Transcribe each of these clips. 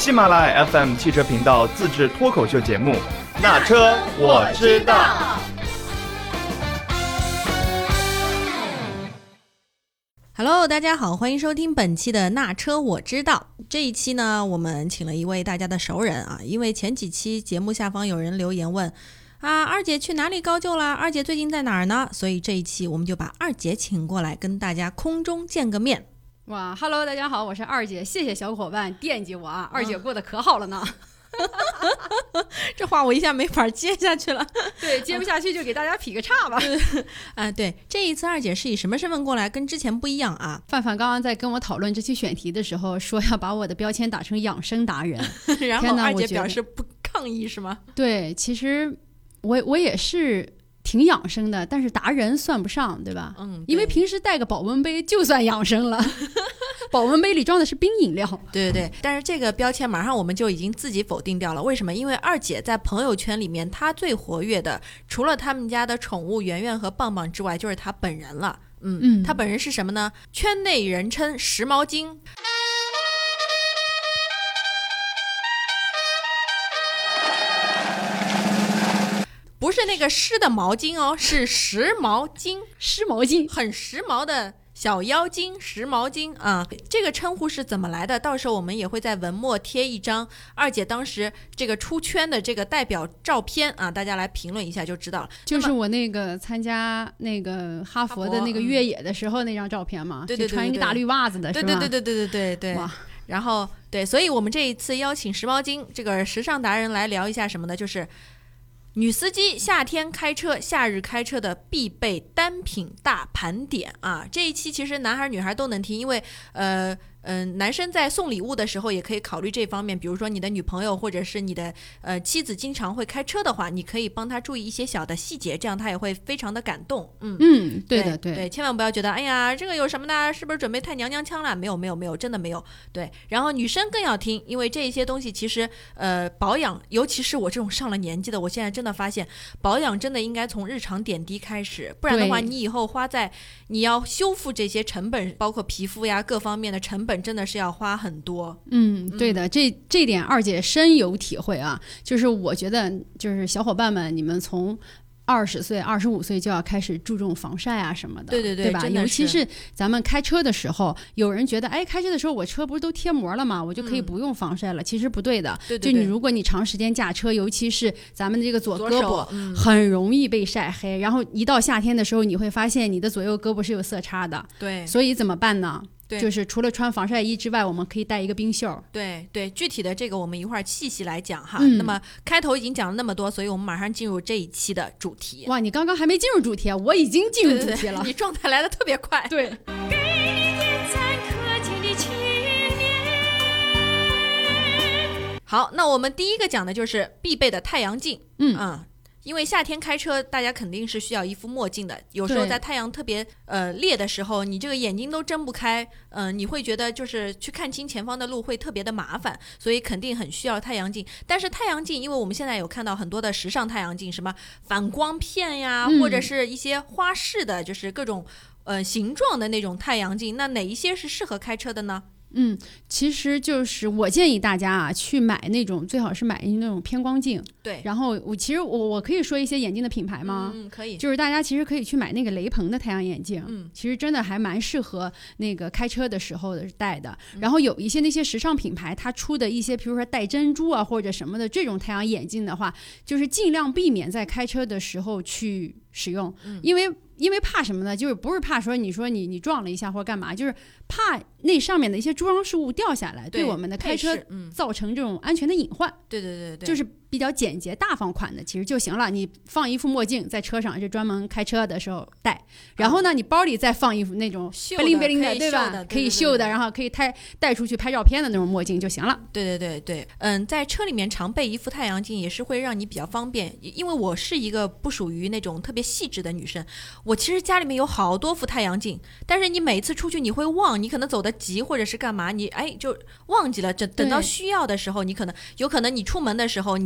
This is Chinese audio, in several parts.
喜马拉雅 FM 汽车频道自制脱口秀节目《那车我知道》。 Hello， 大家好，欢迎收听本期的那车我知道。这一期呢，我们请了一位大家的熟人啊，因为前几期节目下方有人留言问啊，二姐去哪里高就啦？二姐最近在哪儿呢？所以这一期我们就把二姐请过来，跟大家空中见个面。 哇 ，Hello， 大家好，我是二姐，谢谢小伙伴惦记我啊，二姐过得可好了呢。 这话我一下没法接下去了。 对，接不下去就给大家劈个叉吧。 对，这一次二姐是以什么身份过来，跟之前不一样啊。 范范刚刚在跟我讨论这期选题的时候，说要把我的标签打成养生达人， 然后二姐表示不抗议是吗？ 对，其实我也是挺养生的，但是达人算不上，对吧？因为平时带个保温杯就算养生了。保温杯里装的是冰饮料。 对对对，但是这个标签马上我们就已经自己否定掉了。为什么？因为二姐在朋友圈里面，她最活跃的除了他们家的宠物圆圆和棒棒之外，就是她本人了。她本人是什么呢？圈内人称时髦精。不是那个湿的毛巾哦，是时髦精， 湿毛巾， 很时髦的小妖精，时髦精啊。这个称呼是怎么来的？到时候我们也会在文末贴一张二姐当时这个出圈的这个代表照片啊，大家来评论一下就知道了。 就是我那个参加那个哈佛的那个越野的时候那张照片嘛， 对对对对对， 穿一个大绿袜子的是吧？ 对对对对对对对对。哇，然后对，所以我们这一次邀请时髦精这个时尚达人来聊一下什么呢？就是女司机夏天开车、夏日开车的必备单品大盘点啊！这一期其实男孩女孩都能听，因为男生在送礼物的时候也可以考虑这方面，比如说你的女朋友或者是你的妻子经常会开车的话，你可以帮她注意一些小的细节，这样她也会非常的感动。 对的对， 千万不要觉得哎呀这个有什么呢？是不是准备太娘娘腔了？没有，真的没有。对，然后女生更要听，因为这些东西其实保养，尤其是我这种上了年纪的，我现在真的发现保养真的应该从日常点滴开始，不然的话你以后花在你要修复这些成本，包括皮肤呀各方面的成本真的是要花很多。 对的，这点二姐深有体会啊。就是我觉得就是小伙伴们，你们从20岁、25岁就要开始注重防晒啊什么的，对吧？尤其是咱们开车的时候，有人觉得，哎，开车的时候我车不是都贴膜了吗？我就可以不用防晒了。其实不对的。就如果你长时间驾车，尤其是咱们这个左胳膊，很容易被晒黑。然后一到夏天的时候，你会发现你的左右胳膊是有色差的。 对， 所以怎么办呢？就是除了穿防晒衣之外，我们可以带一个冰袖。 对，具体的这个我们一会儿细细来讲哈。那么开头已经讲了那么多，所以我们马上进入这一期的主题。 哇，你刚刚还没进入主题啊，我已经进入主题了。 对，你状态来的特别快。 对。 给你点赞可敬的青年。 好，那我们第一个讲的就是必备的太阳镜。因为夏天开车，大家肯定是需要一副墨镜的。有时候在太阳特别烈的时候，你这个眼睛都睁不开，你会觉得就是去看清前方的路会特别的麻烦，所以肯定很需要太阳镜。但是太阳镜，因为我们现在有看到很多的时尚太阳镜，什么反光片呀，或者是一些花式的，就是各种形状的那种太阳镜，那哪一些是适合开车的呢？ 其实就是我建议大家啊，去买那种最好是买那种偏光镜。 对， 然后我可以说一些眼镜的品牌吗？ 可以。 就是大家其实可以去买那个雷朋的太阳眼镜，其实真的还蛮适合那个开车的时候戴的。然后有一些那些时尚品牌，它出的一些，比如说带珍珠啊或者什么的这种太阳眼镜的话，就是尽量避免在开车的时候去使用，因为怕什么呢？就是不是怕说你撞了一下或者干嘛，就是怕那上面的一些装饰物掉下来，对我们的开车造成这种安全的隐患。 对， 就是比较简洁大方款的其实就行了。你放一副墨镜在车上，是专门开车的时候戴，然后呢你包里再放一副那种秀灵灵的，对吧？可以秀的，然后可以带出去拍照片的那种墨镜就行了。 对，在车里面常备一副太阳镜也是会让你比较方便。因为我是一个不属于那种特别细致的女生，我其实家里面有好多副太阳镜，但是你每次出去你会忘，你可能走得急或者是干嘛，你就忘记了，等到需要的时候，有可能你出门的时候，你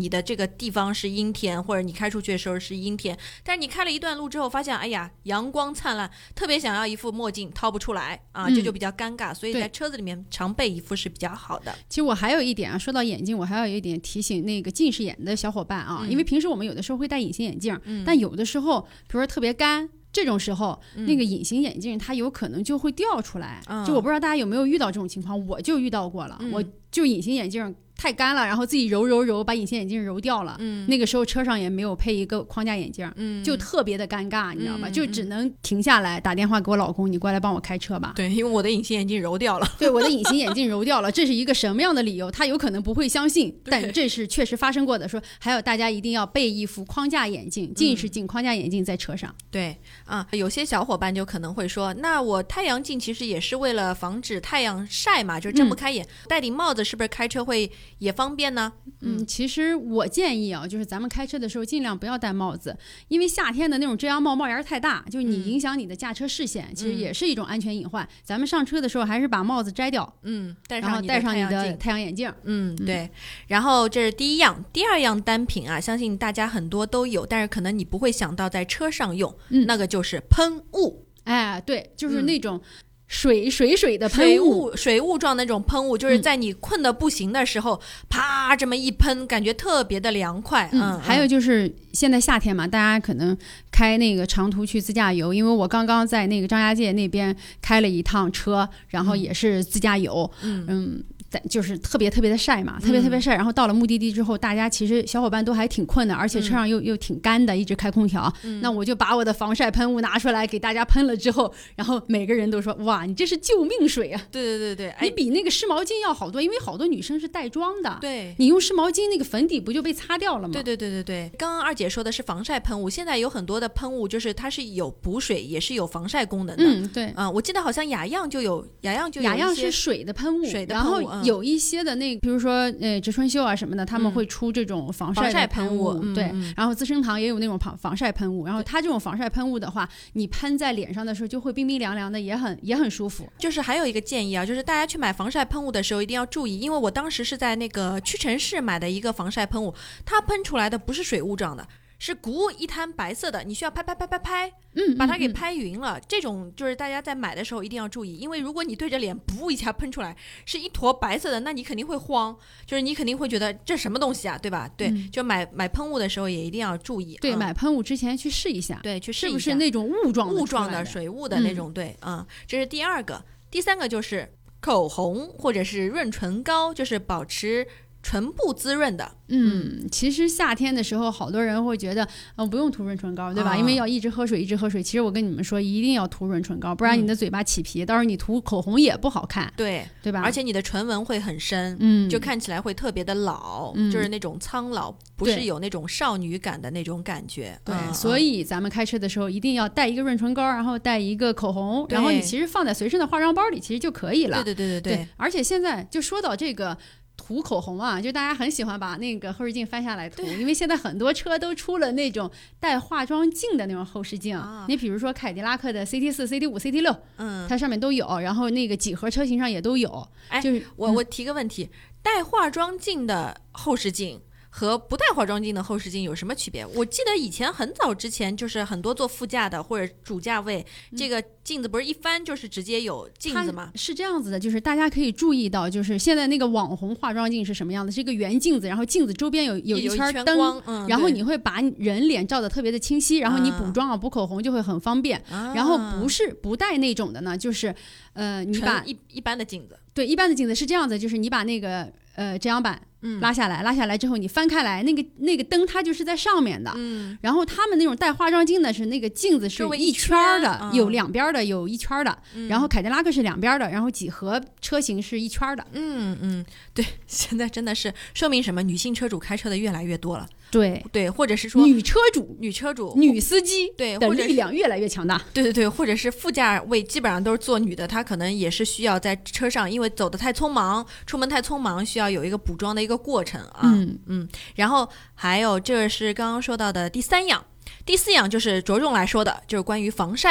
的这个地方是阴天，或者你开出去的时候是阴天，但是你开了一段路之后发现，哎呀，阳光灿烂，特别想要一副墨镜掏不出来啊，这就比较尴尬，所以在车子里面常备一副是比较好的。 其实我还有一点啊，说到眼镜，我还有一点提醒那个近视眼的小伙伴啊，因为平时我们有的时候会戴隐形眼镜，但有的时候比如说特别干，这种时候，那个隐形眼镜它有可能就会掉出来。就我不知道大家有没有遇到这种情况，我就遇到过了。我就隐形眼镜太干了，然后自己揉，把隐形眼镜揉掉了。那个时候车上也没有配一个框架眼镜，就特别的尴尬，你知道吧？就只能停下来打电话给我老公，你过来帮我开车吧。 对，因为我的隐形眼镜揉掉了。 对，我的隐形眼镜揉掉了，这是一个什么样的理由？他有可能不会相信，但这是确实发生过的。说还有大家一定要备一副框架眼镜，近视镜、框架眼镜在车上。 对啊，有些小伙伴就可能会说，那我太阳镜其实也是为了防止太阳晒嘛，就睁不开眼，戴顶帽子是不是开车会也方便呢？ 其实我建议啊，就是咱们开车的时候尽量不要戴帽子，因为夏天的那种遮阳帽帽檐太大，就是你影响你的驾车视线，其实也是一种安全隐患。咱们上车的时候还是把帽子摘掉，然后戴上你的太阳眼镜。 对。然后这是第一样，第二样单品啊，相信大家很多都有，但是可能你不会想到在车上用，那个就是喷雾。 哎，对，就是那种水的喷雾， 水雾状那种喷雾，就是在你困得不行的时候，啪这么一喷，感觉特别的凉快。 还有就是现在夏天嘛，大家可能开那个长途去自驾游，因为我刚刚在那个张家界那边开了一趟车，然后也是自驾游，就是特别的晒嘛，特别晒。然后到了目的地之后，大家其实小伙伴都还挺困的，而且车上又挺干的，一直开空调。那我就把我的防晒喷雾拿出来给大家喷了之后，然后每个人都说哇，你这是救命水啊！ 对， 你比那个湿毛巾要好多，因为好多女生是带妆的。 对， 你用湿毛巾那个粉底不就被擦掉了吗？ 对。刚刚二姐说的是防晒喷雾，现在有很多的喷雾，就是它是有补水，也是有防晒功能的。 对。 我记得好像雅漾就有雅漾是水的喷雾， 然后有一些的那个，比如说植村秀啊什么的，他们会出这种防晒喷雾，对。然后资生堂也有那种防晒喷雾，然后它这种防晒喷雾的话，你喷在脸上的时候就会冰冰凉凉的，也很舒服。 就是还有一个建议啊，就是大家去买防晒喷雾的时候一定要注意，因为我当时是在那个屈臣氏买的一个防晒喷雾，它喷出来的不是水雾状的，是鼓一滩白色的，你需要拍，把它给拍匀了。这种就是大家在买的时候一定要注意，因为如果你对着脸噗一下喷出来是一坨白色的，那你肯定会慌，就是你肯定会觉得这什么东西啊，对吧？对，就买喷雾的时候也一定要注意。 对，买喷雾之前去试一下， 对，去试一下是不是那种雾状的水雾的那种。对，这是第二个。第三个就是口红或者是润唇膏，就是保持唇部滋润的。 其实夏天的时候好多人会觉得不用涂润唇膏，对吧？因为要一直喝水。其实我跟你们说，一定要涂润唇膏，不然你的嘴巴起皮，到时候你涂口红也不好看， 对吧？ 而且你的唇纹会很深，就看起来会特别的老，就是那种苍老，不是有那种少女感的那种感觉。 对，所以咱们开车的时候一定要带一个润唇膏，然后带一个口红，然后你其实放在随身的化妆包里其实就可以了。 对。 而且现在就说到这个涂口红啊，就大家很喜欢把那个后视镜翻下来涂，因为现在很多车都出了那种带化妆镜的那种后视镜。你比如说凯迪拉克的 CT4、CT5、CT6，它上面都有，然后那个几何车型上也都有。就是我提个问题，带化妆镜的后视镜和不带化妆镜的后视镜有什么区别？我记得以前很早之前，就是很多坐副驾的或者主驾位，这个镜子不是一翻就是直接有镜子吗？ 是这样子的，就是大家可以注意到，就是现在那个网红化妆镜是什么样的？是一个圆镜子，然后镜子周边有一圈灯，然后你会把人脸照得特别的清晰，然后你补妆补口红就会很方便。然后不带那种的呢，就是你把一般的镜子， 对，一般的镜子是这样子，就是你把那个遮阳板拉下来之后，你翻开来，那个灯它就是在上面的。然后他们那种带化妆镜的是那个镜子是一圈的，有两边的，有一圈的。然后凯迪拉克是两边的，然后几何车型是一圈的。 对，现在真的是说明什么？女性车主开车的越来越多了。 对， 或者是说女车主、女司机的力量越来越强大。 对，或者是副驾位基本上都是坐女的，她可能也是需要在车上，因为走得太匆忙，出门太匆忙，需要有一个补妆的一个过程啊。然后还有这是刚刚说到的第三样，第四样就是着重来说的，就是关于防晒了。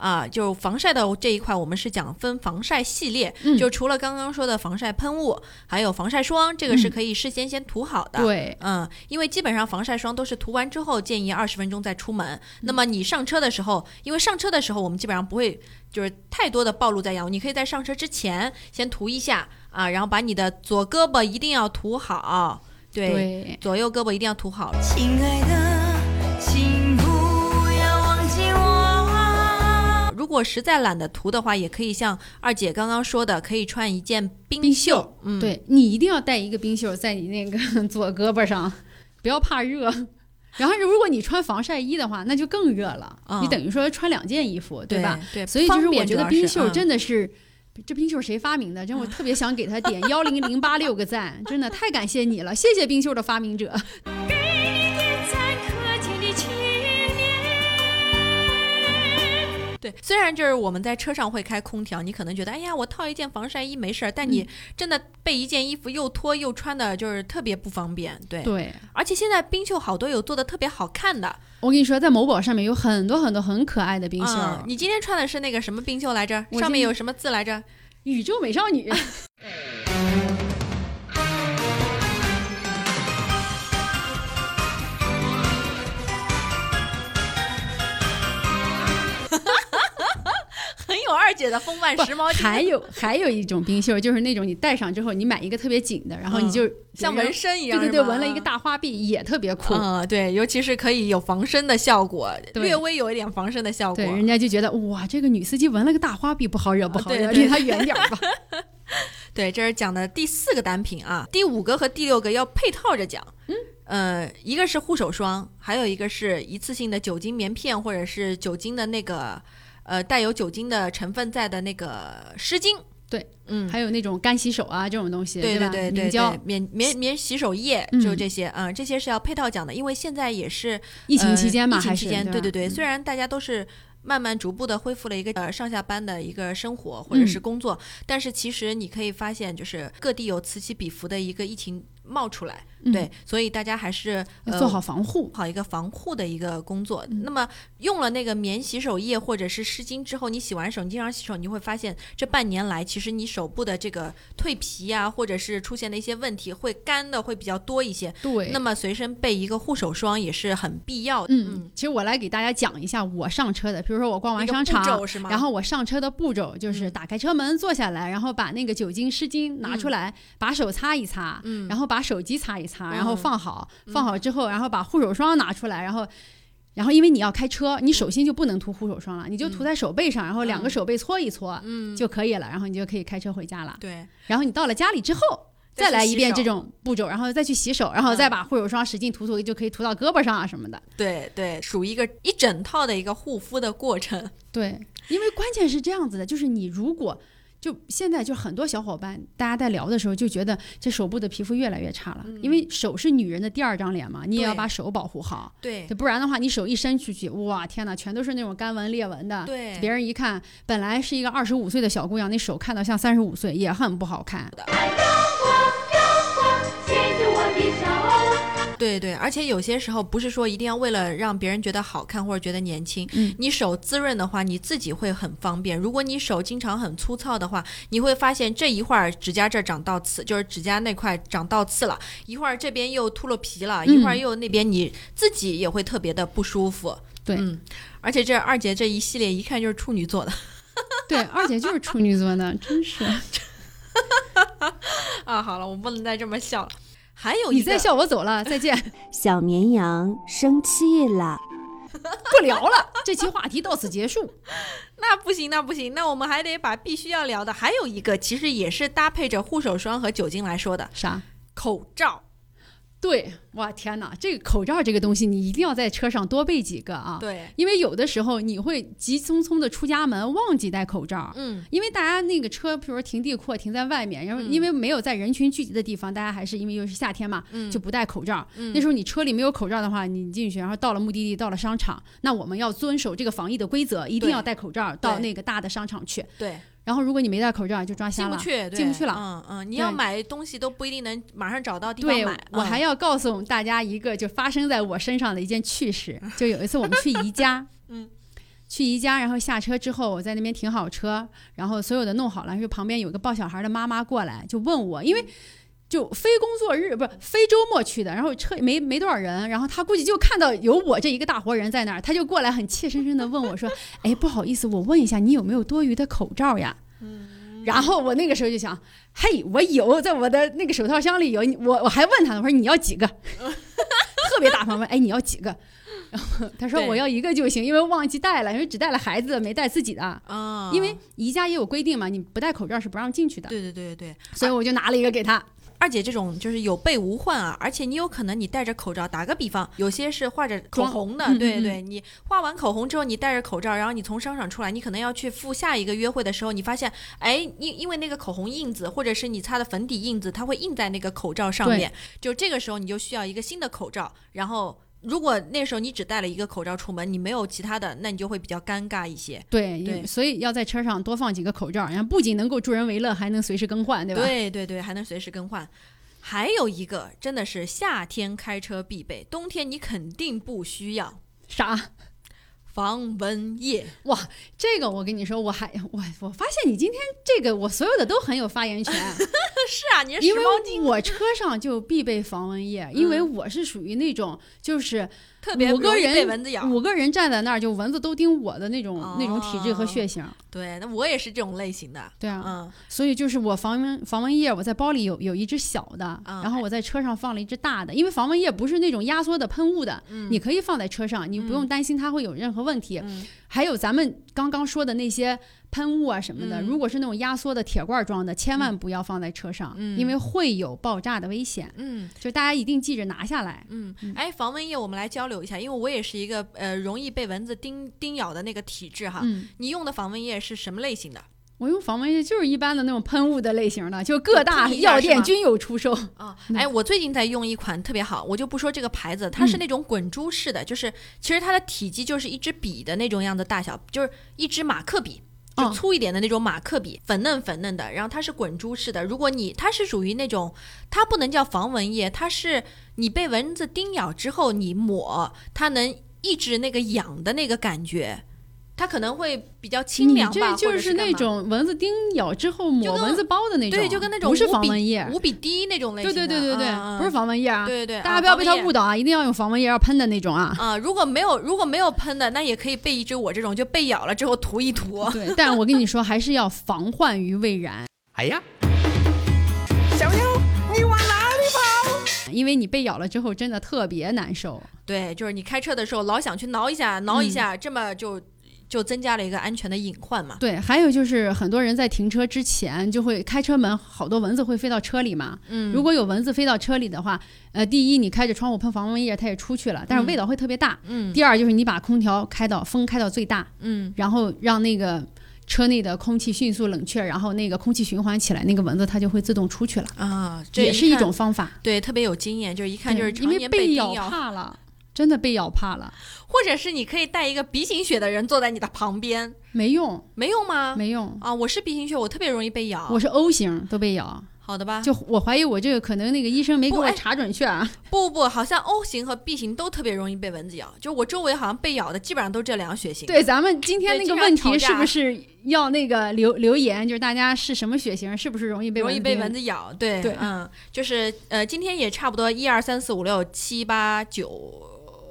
啊，就防晒的这一块，我们是讲分防晒系列，就除了刚刚说的防晒喷雾，还有防晒霜，这个是可以事先涂好的。 对， 因为基本上防晒霜都是涂完之后建议20分钟再出门。那么你上车的时候，因为上车的时候我们基本上不会就是太多的暴露在阳光，你可以在上车之前先涂一下啊，然后把你的左胳膊一定要涂好，对，左右胳膊一定要涂好。 亲爱的，请不要忘记我。 如果实在懒得涂的话，也可以像二姐刚刚说的，可以穿一件冰袖。 对，你一定要带一个冰袖在你那个左胳膊上，不要怕热。然后如果你穿防晒衣的话，那就更热了。你等于说穿2件衣服，对吧？ 对， 所以就是我觉得冰袖真的是。这冰袖谁发明的？真我特别想给他点10086个赞，真的太感谢你了，谢谢冰袖的发明者。 给你点赞可见的纪念。 对，虽然就是我们在车上会开空调，你可能觉得哎呀我套一件防晒衣没事，但你真的备一件衣服又脱又穿的就是特别不方便。对，而且现在冰袖好多有做的特别好看的， 我跟你说，在某宝上面有很多很多很可爱的冰袖。 你今天穿的是那个什么冰袖来着？上面有什么字来着？ 宇宙美少女。 很有二姐的风范时髦。 还有一种冰袖，就是那种你戴上之后，你买一个特别紧的，然后你就像纹身一样， 对，纹了一个大花臂，也特别酷。 对，尤其是可以有防身的效果，略微有一点防身的效果。 对，人家就觉得哇，这个女司机纹了个大花臂，不好惹，离她远点吧。 对，这是讲的第4个单品啊，第5个和第6个要配套着讲。一个是护手霜，还有一个是一次性的酒精棉片，或者是酒精的那个带有酒精的成分在的那个湿巾。 对，还有那种干洗手啊这种东西， 对吧？ 棉洗手液，就这些，这些是要配套讲的，因为现在也是疫情期间嘛， 疫情期间，对，虽然大家都是慢慢逐步的恢复了一个上下班的一个生活或者是工作，但是其实你可以发现，就是各地有此起彼伏的一个疫情冒出来。对，所以大家还是要做好防护， 好一个防护的一个工作。那么用了那个棉洗手液或者是湿巾之后，你洗完手，你经常洗手，你会发现这半年来，其实你手部的这个蜕皮啊，或者是出现的一些问题，会干的会比较多一些。 对， 那么随身备一个护手霜也是很必要的。 其实我来给大家讲一下我上车的，比如说我逛完商场，然后我上车的步骤就是打开车门坐下来，然后把那个酒精湿巾拿出来，把手擦一擦，然后把手机擦一擦，然后放好之后，然后把护手霜拿出来，然后因为你要开车，你手心就不能涂护手霜了，你就涂在手背上，然后2个手背搓一搓，就可以了，然后你就可以开车回家了。 对， 然后你到了家里之后，再来一遍这种步骤，然后再去洗手，然后再把护手霜使劲涂，就可以涂到胳膊上啊什么的。 对，属于一整套的一个护肤的过程。 对，因为关键是这样子的，就是你如果就现在就很多小伙伴，大家在聊的时候就觉得这手部的皮肤越来越差了，因为手是女人的第2张脸嘛，你也要把手保护好。 对， 不然的话，你手一伸出去，哇，天哪，全都是那种干纹裂纹的。 对， 别人一看，本来是一个25岁的小姑娘，那手看到像35岁，也很不好看。 对，而且有些时候不是说一定要为了让别人觉得好看或者觉得年轻，你手滋润的话，你自己会很方便。如果你手经常很粗糙的话，你会发现这一会儿指甲这儿长倒刺，就是指甲那块长倒刺了，一会儿这边又秃了皮了，一会儿又那边，你自己也会特别的不舒服。 对， 而且这二姐这一系列一看就是处女座的。 对，二姐就是处女座的，真是。 啊，好了，我不能再这么笑了。还有一个， 你再笑我走了，再见。 小绵羊生气了， 不聊了，这期话题到此结束。 那不行，那我们还得把必须要聊的，还有一个其实也是搭配着护手霜和酒精来说的， 啥？ 口罩。 对，哇天哪，这个口罩这个东西你一定要在车上多备几个啊。 对， 因为有的时候你会急匆匆的出家门忘记戴口罩。因为大家那个车比如说停地阔停在外面，然后因为没有在人群聚集的地方，大家还是因为又是夏天嘛，就不戴口罩。那时候你车里没有口罩的话，你进去然后到了目的地，到了商场，那我们要遵守这个防疫的规则，一定要戴口罩到那个大的商场去。 对。 然后如果你没戴口罩就抓瞎了，进不去了。 你要买东西都不一定能马上找到地方买。 我还要告诉大家一个就发生在我身上的一件趣事。就有一次我们去宜家， 去宜家，然后下车之后，我在那边停好车，然后所有的弄好了，就旁边有个抱小孩的妈妈过来就问我，因为就非工作日不是非周末去的，然后车没多少人，然后他估计就看到有我这一个大活人在那儿，他就过来很怯生生的问我说：“哎，不好意思，我问一下，你有没有多余的口罩呀？”然后我那个时候就想，嘿，我有，在我的那个手套箱里有，我还问他呢，我说你要几个？特别大方问，哎，你要几个？然后他说我要一个就行，因为忘记带了，因为只带了孩子没带自己的啊。因为宜家也有规定嘛，你不戴口罩是不让进去的。 对， 所以我就拿了一个给他。 二姐这种就是有备无患啊，而且你有可能你戴着口罩，打个比方，有些是画着口红的，对，你画完口红之后，你戴着口罩，然后你从商场出来，你可能要去赴下一个约会的时候，你发现，哎，因为那个口红印子或者是你擦的粉底印子，它会印在那个口罩上面，就这个时候你就需要一个新的口罩，然后。如果那时候你只戴了一个口罩出门，你没有其他的，那你就会比较尴尬一些。 对，所以要在车上多放几个口罩，然后不仅能够助人为乐，还能随时更换，对吧？ 对，还能随时更换。还有一个真的是夏天开车必备，冬天你肯定不需要。 啥？ 防蚊液。 哇，这个我跟你说，我发现你今天这个我所有的都很有发言权。 是啊，你是时髦精。 因为我车上就必备防蚊液，因为我是属于那种就是特别容易被蚊子咬 ，5个人站在那儿就蚊子都叮我的那种体质和血型。 对，那我也是这种类型的。 对啊，所以就是我防蚊液，我在包里有一支小的，然后我在车上放了一支大的，因为防蚊液不是那种压缩的喷雾的，你可以放在车上，你不用担心它会有任何问题。还有咱们刚刚说的那些喷雾啊什么的，如果是那种压缩的铁罐装的，千万不要放在车上，因为会有爆炸的危险。就大家一定记着拿下来。 哎，防蚊液我们来交流一下，因为我也是一个容易被蚊子叮咬的那个体质哈。你用的防蚊液是什么类型的？ 我用防蚊液就是一般的那种喷雾的类型的，就各大药店均有出售啊。哎，我最近在用一款特别好，我就不说这个牌子，它是那种滚珠式的，就是其实它的体积就是一支笔的那种样子大小，就是一支马克笔。就粗一点的那种马克笔，粉嫩的，然后它是滚珠式的。如果它是属于那种，它不能叫防蚊液，它是你被蚊子叮咬之后你抹，它能抑制那个痒的那个感觉。它可能会比较清凉吧， 你这就是那种蚊子叮咬之后抹蚊子包的那种， 对，就跟那种不是防蚊液， 无比滴那种类型的， 对，不是防蚊液啊， 对， 大家不要被它误导啊，一定要用防蚊液要喷的那种啊。 如果没有喷的，那也可以备一支我这种，就被咬了之后涂一涂。 对，但我跟你说，还是要防患于未然。 哎呀，小妞，你往哪里跑？ 因为你被咬了之后真的特别难受。 对，就是你开车的时候老想去挠一下，这么就增加了一个安全的隐患嘛。 对，还有就是很多人在停车之前就会开车门，好多蚊子会飞到车里嘛。如果有蚊子飞到车里的话，第一你开着窗户喷防蚊液，它也出去了，但是味道会特别大。第二就是你把空调风开到最大，然后让那个车内的空气迅速冷却，然后那个空气循环起来，那个蚊子它就会自动出去了啊。这也是一种方法。 对，特别有经验，就是一看就是常年被咬怕了。真的被咬怕了， 或者是你可以带一个鼻型血的人坐在你的旁边， 没用吗？ 没用啊！我是鼻型血，我特别容易被咬。 我是 O 型都被咬。 好的吧？ 就我怀疑我这个可能那个医生没给我查准确啊。 不，好像 O 型和 B 型都特别容易被蚊子咬。就我周围好像被咬的基本上都这2个血型。 对，咱们今天那个问题是不是要那个留言？就是大家是什么血型，是不是容易被蚊子咬？对，就是今天也差不多1、2、3、4、5、6、7、8、9。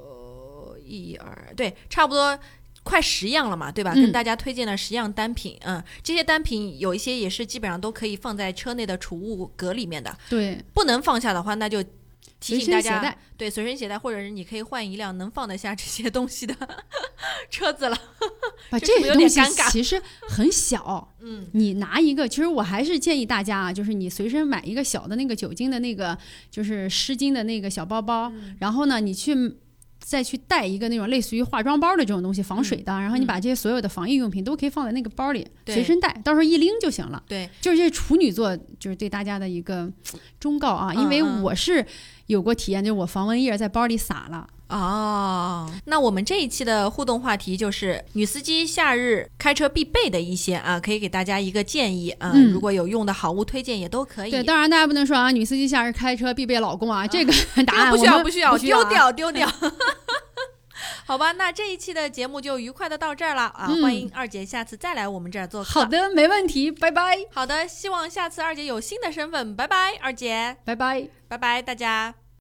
对，差不多快10样了嘛，对吧？跟大家推荐了10样单品，这些单品有一些也是基本上都可以放在车内的储物格里面的。 对， 不能放下的话，那就提醒大家， 对， 随身携带，或者是你可以换一辆能放得下这些东西的车子了。 这个东西其实很小，你拿一个，其实我还是建议大家啊，就是你随身买一个小的那个酒精的那个，就是湿巾的那个小包包，然后呢，你再去带一个那种类似于化妆包的这种东西，防水的，然后你把这些所有的防疫用品都可以放在那个包里，随身带，到时候一拎就行了。 对， 就是这处女座，就是对大家的一个忠告啊，因为我是有过体验，就是我防蚊液在包里撒了。 那我们这一期的互动话题就是女司机夏日开车必备的一些可以给大家一个建议如果有用的好物推荐也都可以。 对，当然大家不能说女司机夏日开车必备老公这个答案不需要丢掉。 好吧，那这一期的节目就愉快的到这儿了啊！欢迎二姐下次再来我们这儿做客。 好的，没问题，拜拜。 好的，希望下次二姐有新的身份，拜拜，二姐， 拜拜， 拜拜，大家。